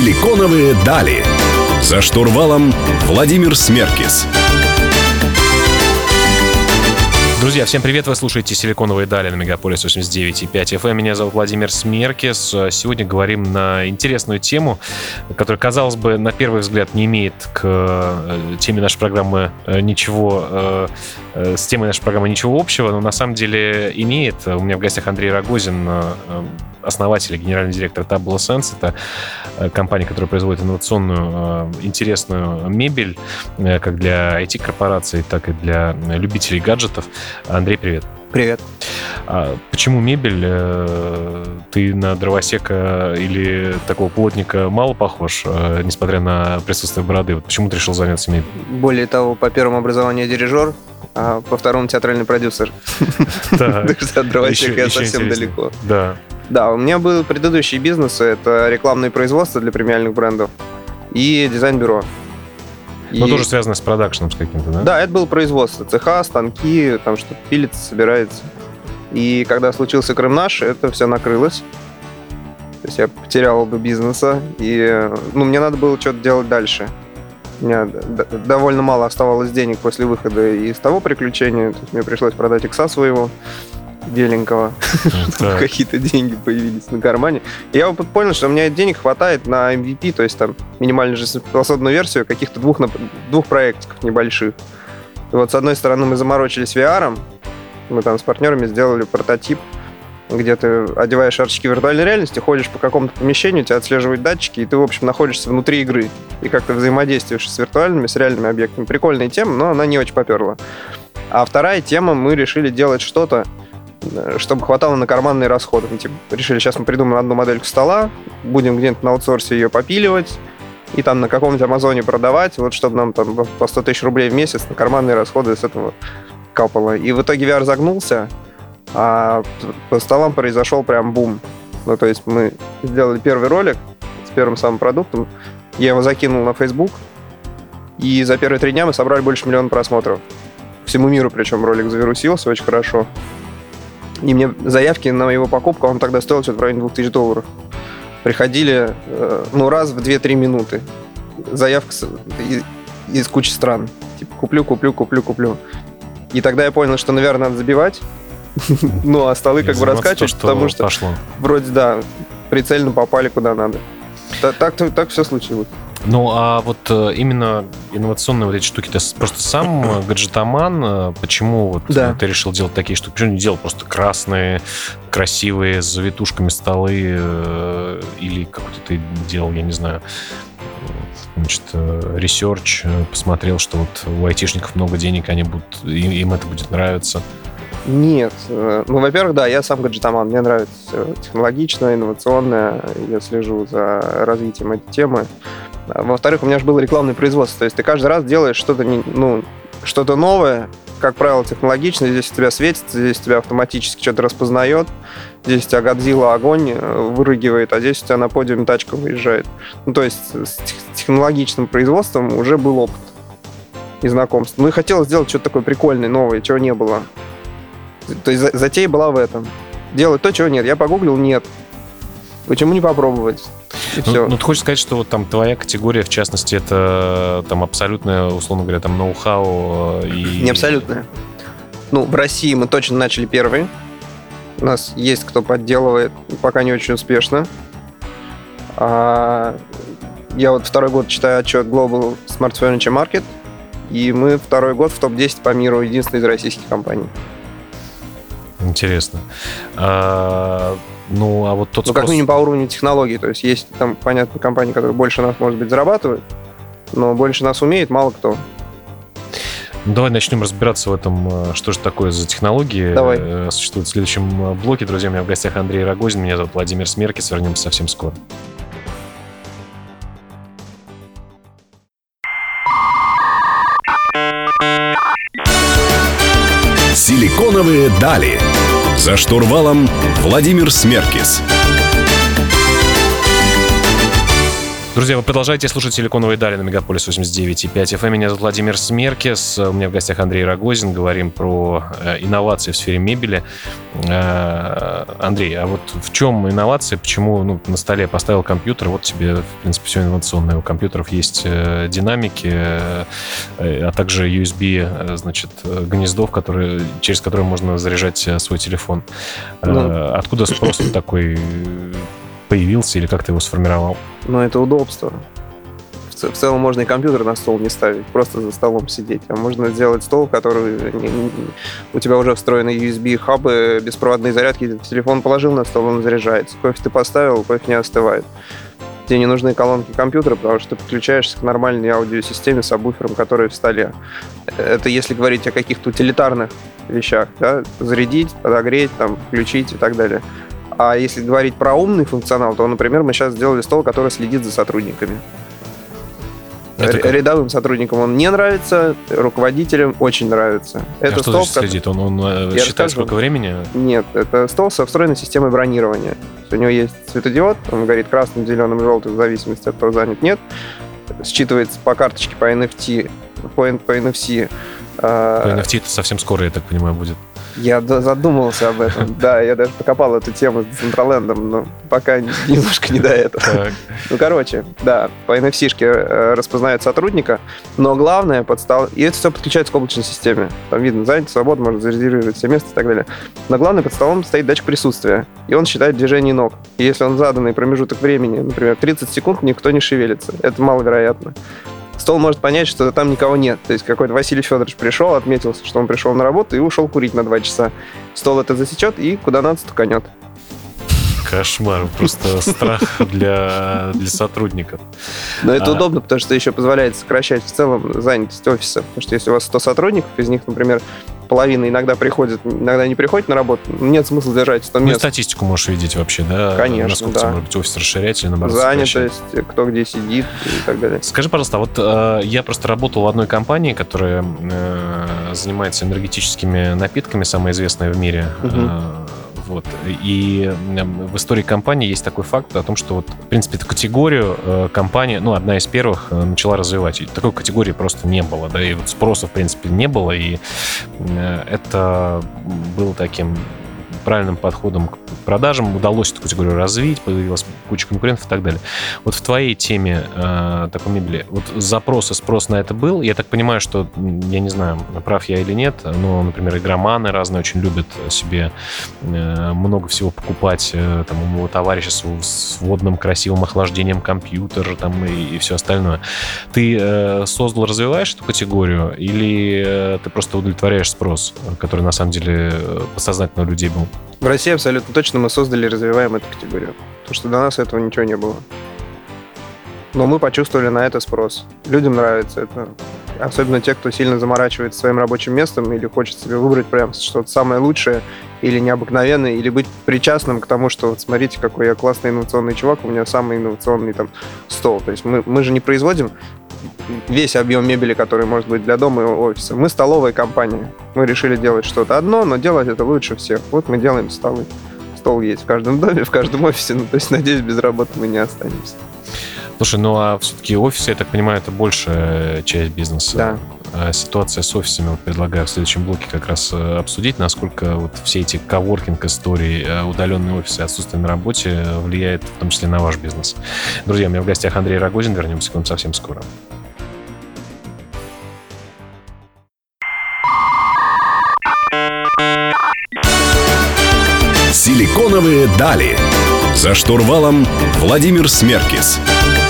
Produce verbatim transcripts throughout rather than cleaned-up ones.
Силиконовые дали. За штурвалом Владимир Смеркис. Друзья, всем привет! Вы слушаете «Силиконовые дали» на Мегаполис восемьдесят девять и пять эф эм. Меня зовут Владимир Смеркис. Сегодня говорим на интересную тему, которая, казалось бы, на первый взгляд не имеет к теме нашей программы ничего, с темой нашей программы ничего общего, но на самом деле имеет. У меня в гостях Андрей Рогозин, основатель и генеральный директор TableSense. Это компания, которая производит инновационную, интересную мебель как для ай ти-корпораций, так и для любителей гаджетов. Андрей, привет. Привет. А почему мебель? Ты на дровосека или такого плотника мало похож, несмотря на присутствие бороды? Вот почему ты решил заняться мебелью? Более того, по первому образованию дирижер, а по второму театральный продюсер. Так что от дровосека я совсем далеко. Да. Да, у меня был предыдущий бизнес, это рекламные производства для премиальных брендов и дизайн-бюро. Но и... тоже связано с продакшеном с каким-то, да? Да, это было производство, цеха, станки, там что-то пилится, собирается. И когда случился Крым-Наш, это все накрылось. То есть я потерял оба бизнеса, и ну, мне надо было что-то делать дальше. У меня д- довольно мало оставалось денег после выхода из того приключения. То есть мне пришлось продать икса своего беленького, чтобы какие-то деньги появились на кармане. И я вот понял, что у меня денег хватает на эм ви пи, то есть там минимальную жизнеспособную версию каких-то двух, двух проектиков небольших. И вот с одной стороны мы заморочились ви ар, мы там с партнерами сделали прототип, где ты одеваешь шарочки виртуальной реальности, ходишь по какому-то помещению, тебя отслеживают датчики, и ты, в общем, находишься внутри игры. И как-то взаимодействуешь с виртуальными, с реальными объектами. Прикольная тема, но она не очень поперла. А вторая тема, мы решили делать что-то, чтобы хватало на карманные расходы. Мы, типа, решили, сейчас мы придумаем одну модельку стола, будем где-нибудь на аутсорсе ее попиливать и там на каком-нибудь Амазоне продавать, вот чтобы нам там по сто тысяч рублей в месяц на карманные расходы с этого капало. И в итоге ви ар загнулся, а по столам произошел прям бум. Ну, то есть мы сделали первый ролик с первым самым продуктом, я его закинул на Facebook, и за первые три дня мы собрали больше миллиона просмотров. Всему миру, причем ролик завирусился очень хорошо. И мне заявки на его покупку, он тогда стоил что-то в районе двух тысяч долларов. Приходили, ну, раз в две-три минуты. Заявка из, из кучи стран. Типа, куплю, куплю, куплю, куплю. И тогда я понял, что, наверное, надо забивать. Ну, а столы как бы раскачивать, потому что вроде, да, прицельно попали куда надо. Так все случилось. Ну, а вот именно инновационные вот эти штуки, ты просто сам гаджетоман, почему вот да. ты решил делать такие штуки? Почему не делал просто красные, красивые, с завитушками столы, или какой-то ты делал, я не знаю, значит, ресерч, посмотрел, что вот у айтишников много денег, они будут, им это будет нравиться? Нет. Ну, во-первых, да, я сам гаджетоман, мне нравится все технологичное, инновационное, я слежу за развитием этой темы. Во-вторых, у меня же было рекламное производство, то есть ты каждый раз делаешь что-то, ну, что-то новое, как правило, технологичное, здесь у тебя светится, здесь у тебя автоматически что-то распознает, здесь у тебя Годзилла огонь вырыгивает, а здесь у тебя на подиуме тачка выезжает. Ну, то есть с технологичным производством уже был опыт и знакомство. Ну и хотелось сделать что-то такое прикольное, новое, чего не было. То есть затея была в этом. Делать то, чего нет. Я погуглил, нет. Почему не попробовать? И ну, все. Ну, ты хочешь сказать, что вот там твоя категория, в частности, это там абсолютное, условно говоря, там ноу-хау и... Не абсолютное. Ну, в России мы точно начали первые. У нас есть кто подделывает, пока не очень успешно. А я вот второй год читаю отчет Global Smart Furniture Market, и мы второй год в топ десять по миру, единственная из российских компаний. Интересно. А, ну, а вот тот Ну, спрос... как минимум по уровню технологий. То есть есть там, понятно, компании, которые больше нас, может быть, зарабатывают, но больше нас умеет мало кто. Ну, давай начнем разбираться в этом, что же такое за технологии. Давай. Существует в следующем блоке. Друзья, у меня в гостях Андрей Рогозин, меня зовут Владимир Смеркис. Вернемся совсем скоро. Силиконовые дали. За штурвалом Владимир Смеркис. Друзья, вы продолжаете слушать «Силиконовые дали» на Мегаполис восемьдесят девять и пять эф эм. Меня зовут Владимир Смеркис. У меня в гостях Андрей Рогозин. Говорим про инновации в сфере мебели. Андрей, а вот в чем инновация, почему ну, на столе поставил компьютер, вот тебе, в принципе, все инновационное. У компьютеров есть э, динамики, э, а также ю эс би, э, значит, гнездо, которые, через которое можно заряжать свой телефон. Ну, э, откуда спрос такой появился или как ты его сформировал? Ну, это удобство. В целом можно и компьютер на стол не ставить, просто за столом сидеть. А можно сделать стол, который у тебя уже встроены ю эс би-хабы, беспроводные зарядки. Телефон положил на стол, он заряжается. Кофе ты поставил, кофе не остывает. Тебе не нужны колонки компьютера, потому что ты подключаешься к нормальной аудиосистеме с сабвуфером, который в столе. Это если говорить о каких-то утилитарных вещах. Да? Зарядить, подогреть, там, включить и так далее. А если говорить про умный функционал, то, например, мы сейчас сделали стол, который следит за сотрудниками. Это рядовым сотрудникам он не нравится, руководителям очень нравится. Это а стол, что следит? Он, он считает, расскажу. Сколько времени? Нет, это стол со встроенной системой бронирования. У него есть светодиод, он горит красным, зеленым, желтым, в зависимости от того, занят, нет. Считывается по карточке, по эн эф ти, по, по эн эф си. По эн эф ти это совсем скоро, я так понимаю, будет. Я задумался об этом. Да, я даже покопал эту тему с Decentraland, но пока немножко не до этого. Так. Ну, короче, да, по эн эф си-шке распознает сотрудника, но главное подстал... И это все подключается к облачной системе. Там видно, занято, свободно, можно зарезервировать все место и так далее. Но главное, под столом стоит датчик присутствия, и он считает движение ног. И если он заданный промежуток времени, например, тридцать секунд, никто не шевелится. Это маловероятно. Стол может понять, что там никого нет. То есть какой-то Василий Федорович пришел, отметился, что он пришел на работу и ушел курить на два часа. Стол это засечет и куда надо стуканет. Кошмар, просто страх для, для сотрудников. Но это а... удобно, потому что еще позволяет сокращать в целом занятость офиса. Потому что если у вас сто сотрудников, из них, например, половина иногда приходит, иногда не приходит на работу, нет смысла держать сто мест. Ну, статистику можешь видеть вообще, да? Конечно, насколько, да. Может быть, офис расширять или, наоборот, занятость, кто где сидит и так далее. Скажи, пожалуйста, вот э, я просто работал в одной компании, которая э, занимается энергетическими напитками, самая известная в мире. Угу. Э, Вот. И в истории компании есть такой факт о том, что, вот, в принципе, эту категорию э, компания, ну, одна из первых, э, начала развивать. И такой категории просто не было, да, и вот спроса, в принципе, не было, и э, это было таким правильным подходом к продажам, удалось эту категорию развить, появилась куча конкурентов и так далее. Вот в твоей теме э, такой мебели, вот запрос и спрос на это был? Я так понимаю, что, я не знаю, прав я или нет, но, например, игроманы разные очень любят себе э, много всего покупать, э, там, у моего товарища с, с водным красивым охлаждением компьютера там, и, и все остальное. Ты э, создал, развиваешь эту категорию или э, ты просто удовлетворяешь спрос, который на самом деле подсознательно у людей был? В России абсолютно точно мы создали и развиваем эту категорию. Потому что до нас этого ничего не было. Но мы почувствовали на это спрос. Людям нравится это. Особенно те, кто сильно заморачивается своим рабочим местом или хочет себе выбрать прям что-то самое лучшее или необыкновенное, или быть причастным к тому, что вот смотрите, какой я классный инновационный чувак, у меня самый инновационный там стол. То есть мы, мы же не производим весь объем мебели, который может быть для дома и офиса. Мы столовая компания. Мы решили делать что-то одно, но делать это лучше всех. Вот мы делаем столы. Стол есть в каждом доме, в каждом офисе. Ну, то есть, надеюсь, без работы мы не останемся. Слушай, ну а все-таки офисы, я так понимаю, это большая часть бизнеса. Да. А ситуация с офисами, вот предлагаю в следующем блоке как раз обсудить, насколько вот все эти коворкинг-истории, удаленные офисы, отсутствие на работе влияет в том числе на ваш бизнес. Друзья, у меня в гостях Андрей Рогозин. Вернемся к вам совсем скоро. Силиконовые дали. За штурвалом Владимир Смеркис.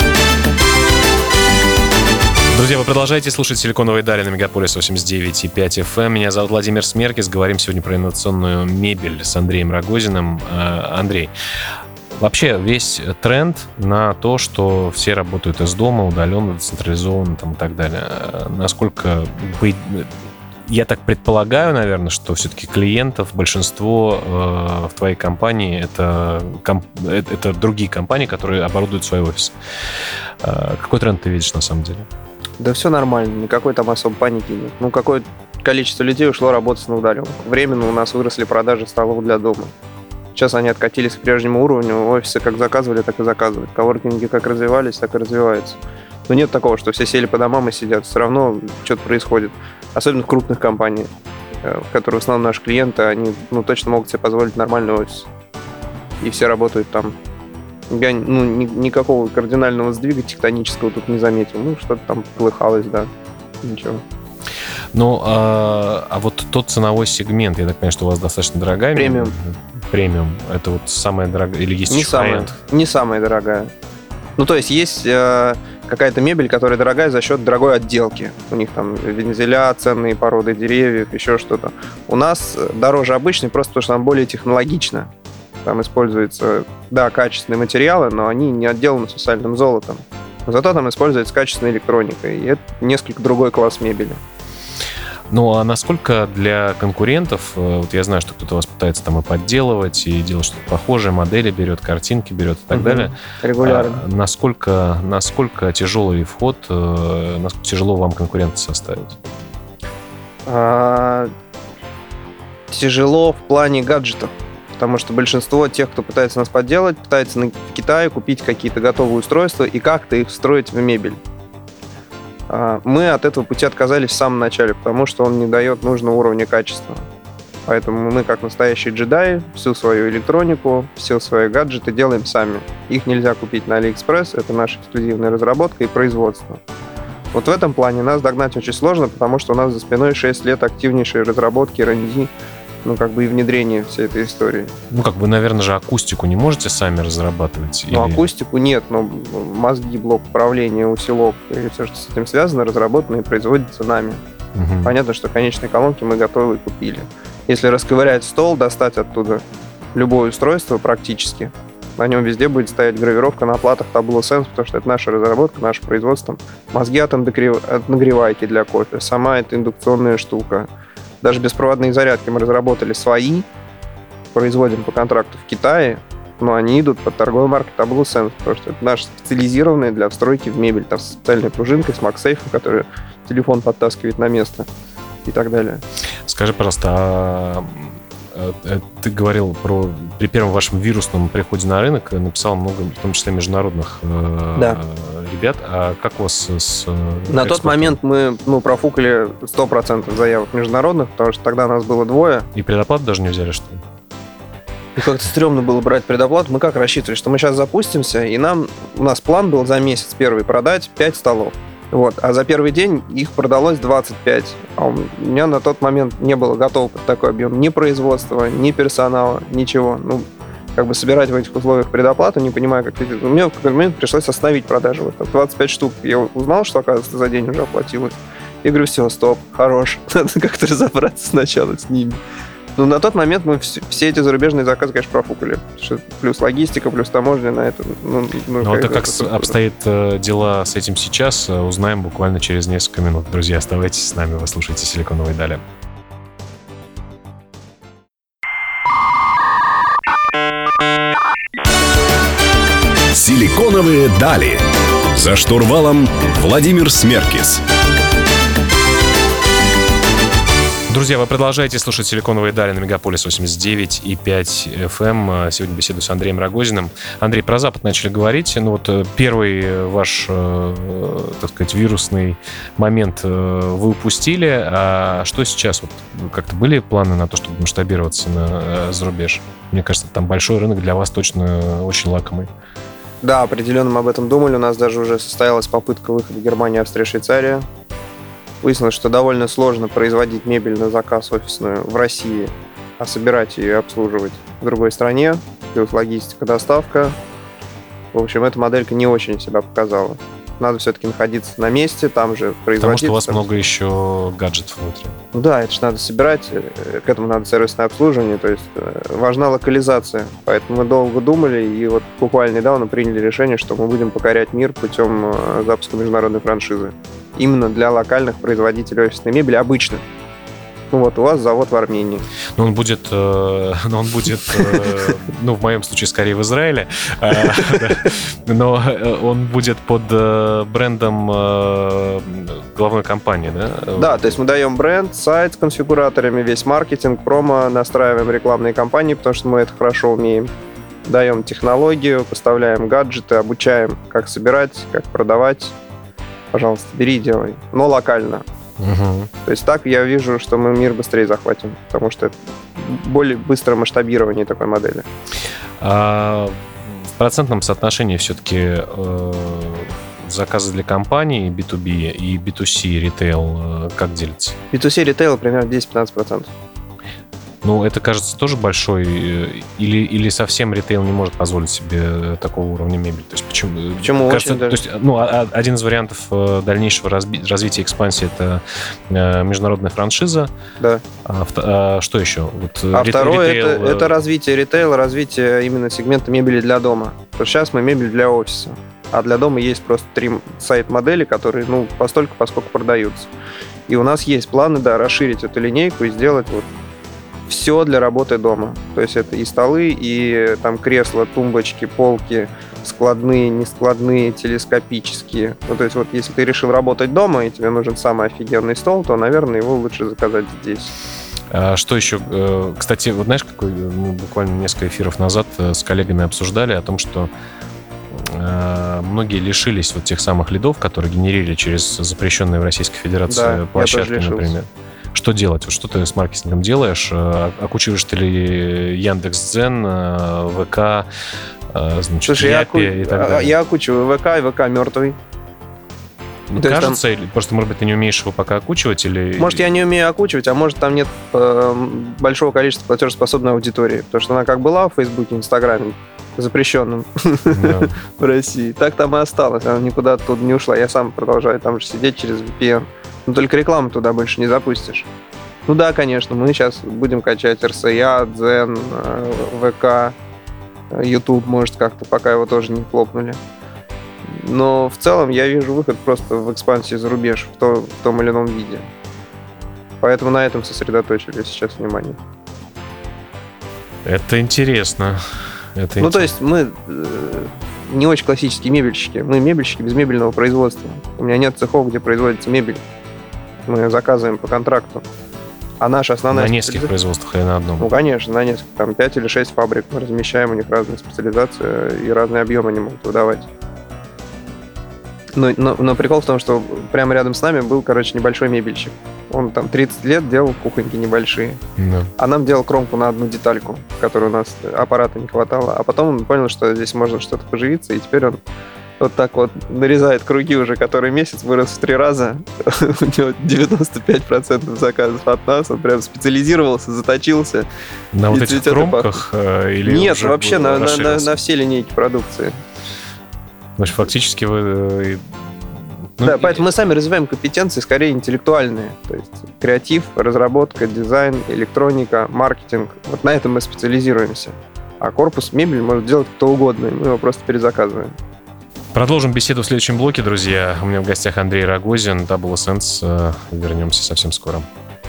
Друзья, вы продолжаете слушать «Силиконовые дали» на Мегаполис восемьдесят девять и пять эф эм. Меня зовут Владимир Смеркис. Говорим сегодня про инновационную мебель с Андреем Рогозиным. Андрей, вообще весь тренд на то, что все работают из дома, удаленно, децентрализованно там, и так далее. Насколько вы... Я так предполагаю, наверное, что все-таки клиентов, большинство э, в твоей компании это, комп, это, это другие компании, которые оборудуют свой офис. Э, какой тренд ты видишь на самом деле? Да все нормально, никакой там особой паники нет. Ну, какое количество людей ушло работать на удаленку. Временно у нас выросли продажи столов для дома. Сейчас они откатились к прежнему уровню. Офисы как заказывали, так и заказывают. Коворкинги как развивались, так и развиваются. Но нет такого, что все сели по домам и сидят. Все равно что-то происходит. Особенно в крупных компаниях, в которых в основном наши клиенты, они ну, точно могут себе позволить нормальный офис. и все работают там. Я ну, ни, никакого кардинального сдвига тектонического тут не заметил. Ну, что-то там полыхалось, да. Ничего. Ну, а, а вот тот ценовой сегмент, я так понимаю, что у вас достаточно дорогая. Премиум. Премиум. Это вот самая дорогая, или есть не еще самая, хай-энд? Не самая дорогая. Ну, то есть есть э, какая-то мебель, которая дорогая за счет дорогой отделки. У них там вензеля, ценные породы деревьев, еще что-то. У нас дороже обычной, просто потому что она более технологична. Там используются, да, качественные материалы, но они не отделаны специальным золотом. Но зато там используется качественная электроника, и это несколько другой класс мебели. Ну, а насколько для конкурентов, вот я знаю, что кто-то вас пытается там и подделывать, и делать что-то похожее, модели берет, картинки берет и так угу. далее. Регулярно. А насколько, насколько тяжелый вход, насколько тяжело вам конкуренты составить? А, тяжело в плане гаджетов. Потому что большинство тех, кто пытается нас подделать, пытается в Китае купить какие-то готовые устройства и как-то их встроить в мебель. Мы от этого пути отказались в самом начале, потому что он не дает нужного уровня качества. Поэтому мы, как настоящие джедаи, всю свою электронику, все свои гаджеты делаем сами. Их нельзя купить на Алиэкспресс, это наша эксклюзивная разработка и производство. Вот в этом плане нас догнать очень сложно, потому что у нас за спиной шесть лет активнейшей разработки эр энд ди, ну, как бы и внедрение всей этой истории. Ну, как бы, наверное же, акустику не можете сами разрабатывать? Ну, или... акустику нет, но мозги, блок управления, усилок и все, что с этим связано, разработано и производится нами. Угу. Понятно, что конечные колонки мы готовы и купили. Если расковырять стол, достать оттуда любое устройство практически, на нем везде будет стоять гравировка на платах Tableau Sense, потому что это наша разработка, наше производство. Мозги от нагревайки для кофе, сама эта индукционная штука. Даже беспроводные зарядки мы разработали свои, производим по контракту в Китае, но они идут под торговой маркой Tableau Sense, потому что это наши специализированные для встройки в мебель. Там специальная пружинка с MagSafe, которая телефон подтаскивает на место и так далее. Скажи, пожалуйста, а ты говорил про при первом вашем вирусном приходе на рынок, написал много, в том числе международных да. ребят. А как у вас с На тот момент мы ну, профукали сто процентов заявок международных, потому что тогда нас было двое. И предоплату даже не взяли, что ли? И как-то стрёмно было брать предоплату. Мы как рассчитывали, что мы сейчас запустимся, и нам у нас план был за месяц первый продать пять столов. Вот. А за первый день их продалось двадцать пять. А у меня на тот момент не было готово под такой объем ни производства, ни персонала, ничего. Ну, как бы собирать в этих условиях предоплату, не понимая, как... Мне в какой-то момент пришлось остановить продажи. Вот двадцать пять штук. Я узнал, что, оказывается, за день уже оплатилось. И говорю, все, стоп, хорош. Надо как-то разобраться сначала с ними. Ну, на тот момент мы все, все эти зарубежные заказы, конечно, профукали. Что плюс логистика, плюс таможня на это. Ну, ну, ну это как обстоят э, дела с этим сейчас, узнаем буквально через несколько минут. Друзья, оставайтесь с нами, вы слушаете «Силиконовые дали». «Силиконовые дали». За штурвалом Владимир Смеркис. Друзья, вы продолжаете слушать «Силиконовые дали» на Мегаполис восемьдесят девять и пять эф эм. Сегодня беседую с Андреем Рогозиным. Андрей, про Запад начали говорить. Ну вот первый ваш, так сказать, вирусный момент вы упустили. А что сейчас? Вот как-то были планы на то, чтобы масштабироваться на зарубеж? Мне кажется, там большой рынок для вас точно очень лакомый. Да, определенно мы об этом думали. У нас даже уже состоялась попытка выхода в Германию, Австрия, Швейцария. Выяснилось, что довольно сложно производить мебель на заказ офисную в России, а собирать ее и обслуживать в другой стране, плюс логистика, доставка. В общем, эта моделька не очень себя показала. Надо все-таки находиться на месте, там же производить. Потому что у вас много еще гаджетов внутри. Ну да, это же надо собирать, к этому надо сервисное обслуживание, то есть важна локализация. Поэтому мы долго думали, и вот буквально недавно приняли решение, что мы будем покорять мир путем запуска международной франшизы. Именно для локальных производителей офисной мебели обычно. Ну вот, у вас завод в Армении. Но он будет, э, но он будет э, ну, в моем случае, скорее в Израиле, э, но он будет под э, брендом э, головной компании, да? Да, то есть мы даем бренд, сайт с конфигураторами, весь маркетинг, промо, настраиваем рекламные кампании, потому что мы это хорошо умеем. Даем технологию, поставляем гаджеты, обучаем, как собирать, как продавать. Пожалуйста, бери и делай. Но локально. Угу. То есть так я вижу, что мы мир быстрее захватим, потому что это более быстрое масштабирование такой модели. А в процентном соотношении все-таки э, заказы для компаний би ту би и би ту си ритейл э, как делятся? би ту си ритейл примерно десять-пятнадцать процентов. Ну, это, кажется, тоже большой... Или, или совсем ритейл не может позволить себе такого уровня мебели? То есть почему? Почему Кажется, очень, да. То есть, ну, один из вариантов дальнейшего разби- развития экспансии — это международная франшиза. Да. А, а что еще? Вот а рит- второе ритейл... это, это развитие ритейла, развитие именно сегмента мебели для дома. Потому что сейчас мы мебель для офиса. А для дома есть просто три сайт-модели, которые, ну, постольку, поскольку продаются. И у нас есть планы, да, расширить эту линейку и сделать вот все для работы дома. То есть это и столы, и там кресла, тумбочки, полки, складные, нескладные, телескопические. Ну, то есть вот если ты решил работать дома, и тебе нужен самый офигенный стол, то, наверное, его лучше заказать здесь. А что еще? Кстати, вот знаешь, какой, мы буквально несколько эфиров назад с коллегами обсуждали о том, что многие лишились вот тех самых лидов, которые генерили через запрещенные в Российской Федерации да, площадки, например. Что делать? Вот что ты с маркетингом делаешь? Окучиваешь ты ли Яндекс.Дзен, ВК, значит, Слушай, Япи я, оку... и так далее? Я окучиваю ВК, и ВК мертвый. Ну, кажется, там... или просто, может быть, ты не умеешь его пока окучивать? Или... Может, я не умею окучивать, а может, там нет э, большого количества платежеспособной аудитории. Потому что она как была в Фейсбуке, Инстаграме, запрещенным да. в России, так там и осталась. Она никуда оттуда не ушла. Я сам продолжаю там же сидеть через ви пи эн. Но только рекламу туда больше не запустишь. Ну да, конечно, мы сейчас будем качать эр эс и эй, Дзен, ВК, YouTube, может, как-то, пока его тоже не хлопнули. Но в целом я вижу выход просто в экспансию за рубеж в, то, в том или ином виде. Поэтому на этом сосредоточили сейчас внимание. Это интересно. Это ну, интересно. то есть мы э, не очень классические мебельщики. Мы мебельщики без мебельного производства. У меня нет цехов, где производится мебель. Мы заказываем по контракту. А наша основная... На нескольких специализация... производствах или на одном? Ну, конечно, на нескольких. Там пять или шесть фабрик мы размещаем, у них разные специализации и разные объемы они могут выдавать. Но, но, но прикол в том, что прямо рядом с нами был, короче, небольшой мебельщик. Он там тридцать лет делал кухоньки небольшие. Да. А нам делал кромку на одну детальку, в которой у нас аппарата не хватало. А потом он понял, что здесь можно что-то поживиться, и теперь он вот так вот нарезает круги уже который месяц, вырос в три раза. У него девяносто пять процентов заказов от нас. Он прям специализировался, заточился. На вот этих кромках? Или нет, вообще на, на, на, на все линейки продукции. Значит, фактически вы... Ну, да, поэтому мы сами развиваем компетенции скорее интеллектуальные. То есть креатив, разработка, дизайн, электроника, маркетинг. Вот на этом мы специализируемся. А корпус мебель может делать кто угодно, и мы его просто перезаказываем. Продолжим беседу в следующем блоке, друзья. У меня в гостях Андрей Рогозин, Double Sense. Вернемся совсем скоро.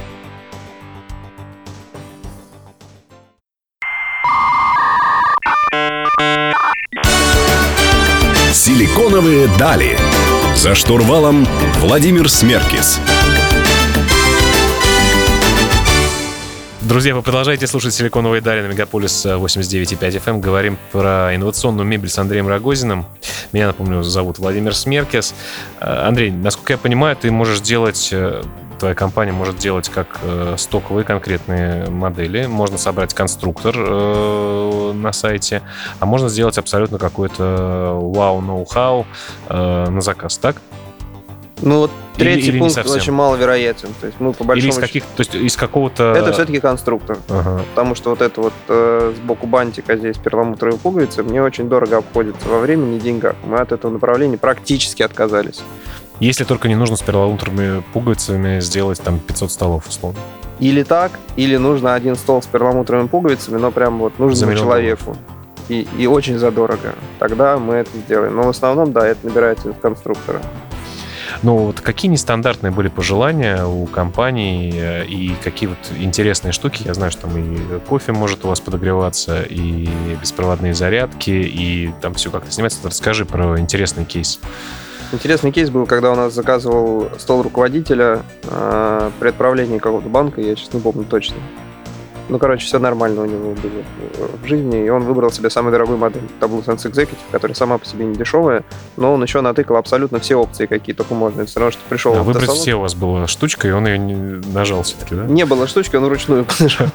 Силиконовые дали. За штурвалом Владимир Смеркис. Друзья, вы продолжаете слушать «Силиконовые дали» на Мегаполис восемьдесят девять и пять эф эм. Говорим про инновационную мебель с Андреем Рогозиным. Меня, напомню, зовут Владимир Смеркис. Андрей, насколько я понимаю, ты можешь делать... Твоя компания может делать как э, стоковые конкретные модели. Можно собрать конструктор э, на сайте, а можно сделать абсолютно какой-то вау-ноу-хау э, на заказ, так? Ну вот третий или, или пункт очень маловероятен. То есть мы по большому или из каких, то есть из какого-то... Это все-таки конструктор. Ага. Потому что вот это вот э, сбоку бантика здесь перламутровые пуговицы мне очень дорого обходится во времени и деньгах. Мы от этого направления практически отказались. Если только не нужно с перламутровыми пуговицами сделать там пятьсот столов, условно. Или так, или нужно один стол с перламутровыми пуговицами, но прям вот нужно человеку. И, и очень задорого. Тогда мы это сделаем. Но в основном, да, это набирается из конструктора. Ну, вот какие нестандартные были пожелания у компаний и какие вот интересные штуки? Я знаю, что там и кофе может у вас подогреваться, и беспроводные зарядки, и там все как-то снимается. Расскажи про интересный кейс. Интересный кейс был, когда у нас заказывал стол руководителя э, при отправлении какого-то банка, я сейчас не помню точно. Ну, короче, все нормально у него было в жизни, и он выбрал себе самую дорогую модель Double Sense Executive, которая сама по себе не дешевая, но он еще натыкал абсолютно все опции, какие только можно. Это все равно, что пришел а в выбрать автосалон. все у вас была штучка, и он ее не нажал все-таки, да? Не было штучки, он вручную нажал.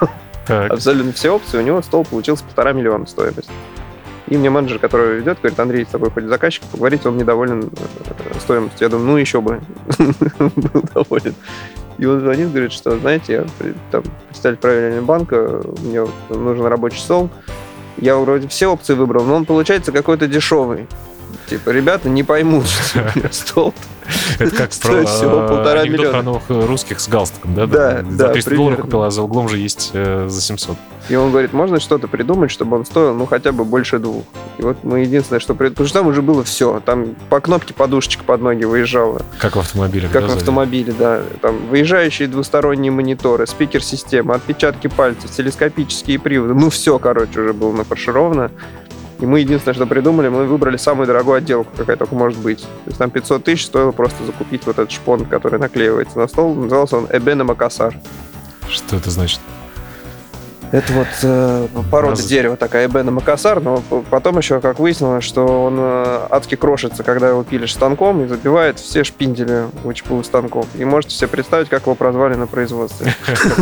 Так. Абсолютно все опции. У него стол получился полтора миллиона стоимость. И мне менеджер, который ведет, говорит: Андрей, с тобой хоть заказчик поговорить, он недоволен стоимостью. Я думаю, ну еще бы был доволен. И он звонит, говорит, что, знаете, я там представитель правления банка, мне нужен рабочий стол. Я вроде все опции выбрал, но он получается какой-то дешевый. Типа, ребята не поймут, что у меня стол Это как стоит всего полтора анекдот про миллиона. новых русских с галстуком, да? Да, За да, триста долларов примерно. купил, а за углом же есть э, за семьсот. И он говорит, можно что-то придумать, чтобы он стоил, ну, хотя бы больше двух. И вот мы единственное, что придумали, потому что там уже было все. Там по кнопке подушечка под ноги выезжала. Как в автомобиле. Как в автомобиле, да. Там выезжающие двусторонние мониторы, спикер-система, отпечатки пальцев, телескопические приводы. Ну, все, короче, уже было нафаршировано. И мы единственное, что придумали, мы выбрали самую дорогую отделку, какая только может быть. То есть там пятьсот тысяч стоило просто закупить вот этот шпон, который наклеивается на стол. Назывался он Эбена Макасар. Что это значит? Это вот э, порода Раз- дерева такая, Эбена Макасар, но п- потом еще, как выяснилось, что он э, адски крошится, когда его пилишь станком и забивает все шпиндели у ЧПУ станков. И можете себе представить, как его прозвали на производстве.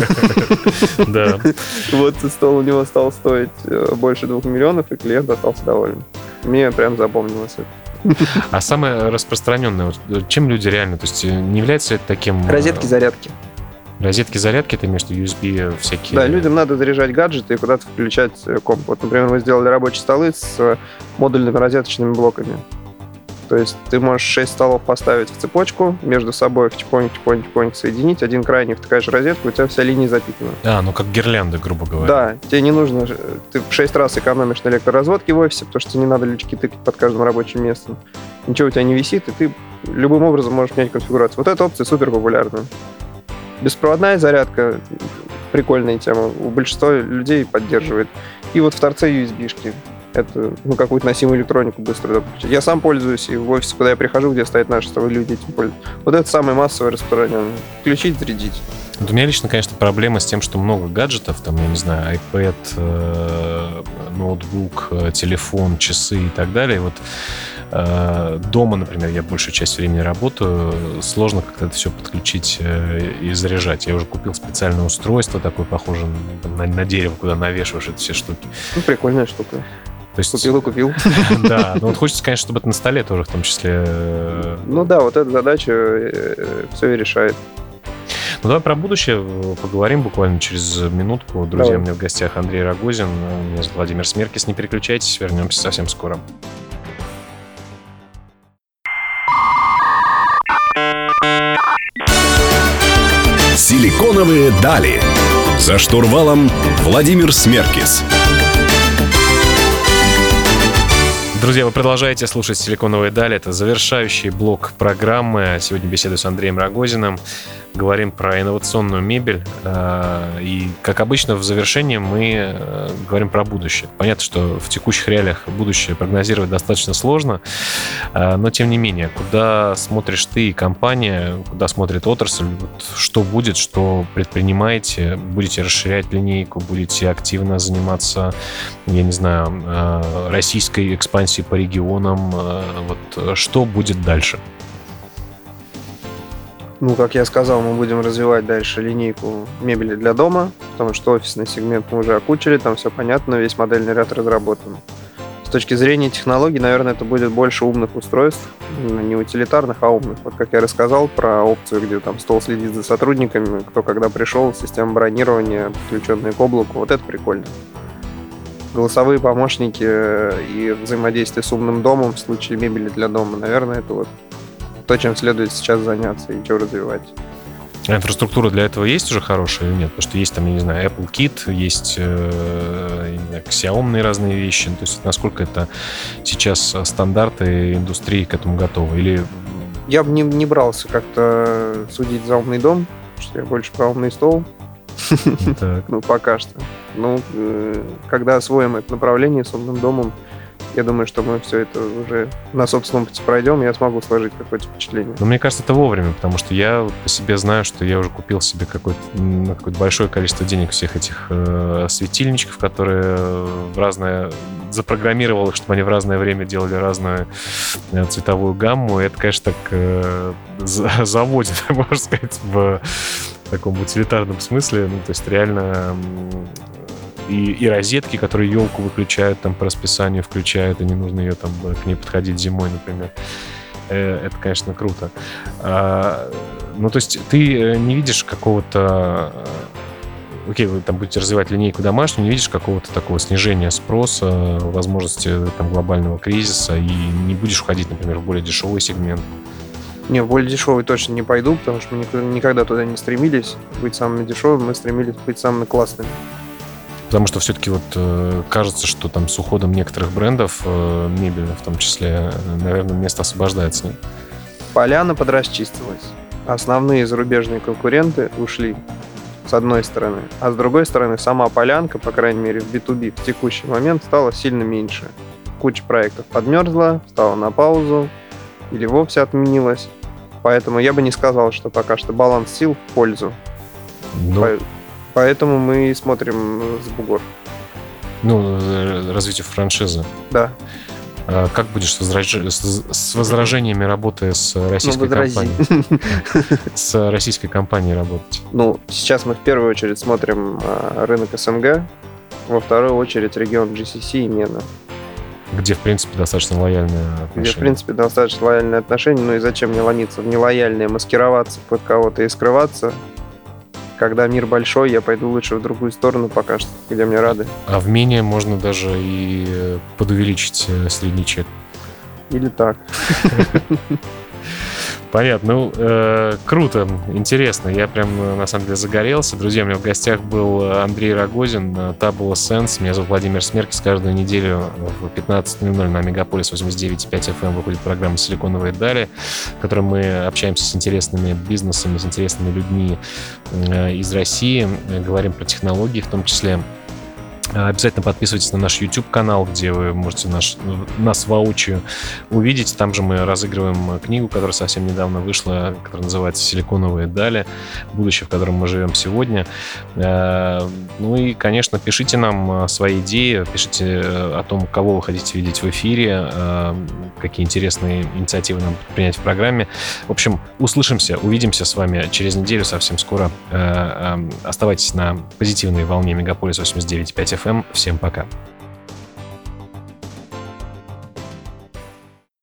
Да. Вот стол у него стал стоить э, больше двух миллионов, и клиент остался доволен. Мне прям запомнилось это. А самое распространенное, вот, чем люди реально, то есть э, не является это таким... э, Розетки-зарядки. Розетки-зарядки, ты имеешь в виду ю эс би всякие... Да, людям надо заряжать гаджеты и куда-то включать э, комп. Вот, например, мы сделали рабочие столы с э, модульными розеточными блоками. То есть ты можешь шесть столов поставить в цепочку, между собой их чпонь-чпонь-чпонь соединить, один крайний втыкаешь в розетку, у тебя вся линия запитана. А, ну как гирлянды, грубо говоря. Да, тебе не нужно... Ты в шесть раз экономишь на электроразводке в офисе, потому что тебе не надо лючки тыкать под каждым рабочим местом. Ничего у тебя не висит, и ты любым образом можешь менять конфигурацию. Вот эта опция супер популярна. Беспроводная зарядка — прикольная тема. У большинства людей поддерживает. И вот в торце ю эс би-шки. Это, ну, какую-то носимую электронику быстро подключить. Я сам пользуюсь, и в офисе, куда я прихожу, где стоят наши столы, люди этим пользуются. Вот это самое массовое распространенное. Включить, зарядить. Вот у меня лично, конечно, проблема с тем, что много гаджетов, там, я не знаю, iPad, э, ноутбук, э, телефон, часы и так далее. Вот э, дома, например, я большую часть времени работаю, сложно как-то это все подключить э, и заряжать. Я уже купил специальное устройство, такое похожее на, на дерево, куда навешиваешь эти все штуки. Ну, прикольная штука. То есть, Купил и купил. да, но вот хочется, конечно, чтобы это на столе тоже в том числе. э, Ну да, вот эта задача все и решает. Ну, давай про будущее поговорим буквально через минутку. Друзья, Давай. у меня в гостях Андрей Рогозин, меня зовут Владимир Смеркис. Не переключайтесь, вернемся совсем скоро. Силиконовые дали. За штурвалом Владимир Смеркис. Друзья, вы продолжаете слушать «Силиконовые дали». Это завершающий блок программы. Сегодня беседую с Андреем Рогозиным. Говорим про инновационную мебель. И, как обычно, в завершении мы говорим про будущее. Понятно, что в текущих реалиях будущее прогнозировать достаточно сложно. Но, тем не менее, куда смотришь ты и компания, куда смотрит отрасль, вот что будет, что предпринимаете? Будете расширять линейку, будете активно заниматься, я не знаю, российской экспансией по регионам? Вот что будет дальше? Ну, как я сказал, мы будем развивать дальше линейку мебели для дома, потому что офисный сегмент мы уже окучили, там все понятно, весь модельный ряд разработан. С точки зрения технологий, наверное, это будет больше умных устройств, не утилитарных, а умных. Вот как я рассказал про опцию, где там стол следит за сотрудниками, кто когда пришел, система бронирования, подключенная к облаку, вот это прикольно. Голосовые помощники и взаимодействие с умным домом в случае мебели для дома, наверное, это вот то, чем следует сейчас заняться и что развивать. А инфраструктура для этого есть уже хорошая или нет? Потому что есть там, я не знаю, Apple Kit, есть э, я не знаю, Xiaomi разные вещи. То есть насколько это сейчас стандарты индустрии к этому готовы? Или... Я бы не, не брался как-то судить за умный дом, потому что я больше про умный стол. Так. Ну, пока что. Ну, э, когда освоим это направление с умным домом, я думаю, что мы все это уже на собственном пути пройдем, и я смогу сложить какое-то впечатление. Но мне кажется, это вовремя, потому что я по себе знаю, что я уже купил себе какое-то, ну, какое-то большое количество денег всех этих э, светильничков, которые в разное... запрограммировал их, чтобы они в разное время делали разную э, цветовую гамму. И это, конечно, так э, заводит, можно сказать, в таком утилитарном смысле. Ну, то есть реально и, и розетки, которые елку выключают там по расписанию, включают, и не нужно ее там к ней подходить зимой, например. Это, конечно, круто. А, ну, то есть ты не видишь какого-то... Окей, вы там будете развивать линейку домашнюю, не видишь какого-то такого снижения спроса, возможности там глобального кризиса, и не будешь входить, например, в более дешевый сегмент? Не, в более дешевый точно не пойду, потому что мы никогда, никогда туда не стремились быть самыми дешевыми, мы стремились быть самыми классными. Потому что все-таки вот э, кажется, что там с уходом некоторых брендов, э, мебельных в том числе, наверное, место освобождается. Нет? Поляна подрасчистилась. Основные зарубежные конкуренты ушли, с одной стороны. А с другой стороны, сама полянка, по крайней мере, в би ту би в текущий момент стала сильно меньше. Куча проектов подмерзла, стала на паузу или вовсе отменилась. Поэтому я бы не сказал, что пока что баланс сил в пользу. Ну, По- Поэтому мы смотрим с бугор. ну, развитие франшизы. Да. А как будешь с, возраж... с, с возражениями работы с российской Ну, возрази. компанией? С российской компанией работать? Ну, сейчас мы в первую очередь смотрим а, рынок эс эн гэ, во вторую очередь регион джи си си и MENA, Где, в принципе, достаточно лояльные отношения. где, в принципе, достаточно лояльные отношения. Ну и зачем мне ломиться в нелояльные, маскироваться под кого-то и скрываться? Когда мир большой, я пойду лучше в другую сторону пока что, где мне рады. А в мене можно даже и подувеличить э, средний чек. Или так. Понятно. Ну, э, круто, интересно. Я прям, на самом деле, загорелся. Друзья, у меня в гостях был Андрей Рогозин, Tabula Sense. Меня зовут Владимир Смеркис. Каждую неделю в пятнадцать ноль ноль на Мегаполис восемьдесят девять и пять эф эм выходит программа «Силиконовые дали», в которой мы общаемся с интересными бизнесами, с интересными людьми э, из России. Говорим про технологии в том числе. Обязательно подписывайтесь на наш YouTube-канал, где вы можете наш, нас воочию увидеть. Там же мы разыгрываем книгу, которая совсем недавно вышла, которая называется «Силиконовые дали. Будущее, в котором мы живем сегодня». Ну и, конечно, пишите нам свои идеи, пишите о том, кого вы хотите видеть в эфире, какие интересные инициативы нам принять в программе. В общем, услышимся, увидимся с вами через неделю совсем скоро. Оставайтесь на позитивной волне Мегаполис восемьдесят девять и пять эф эм. Всем пока.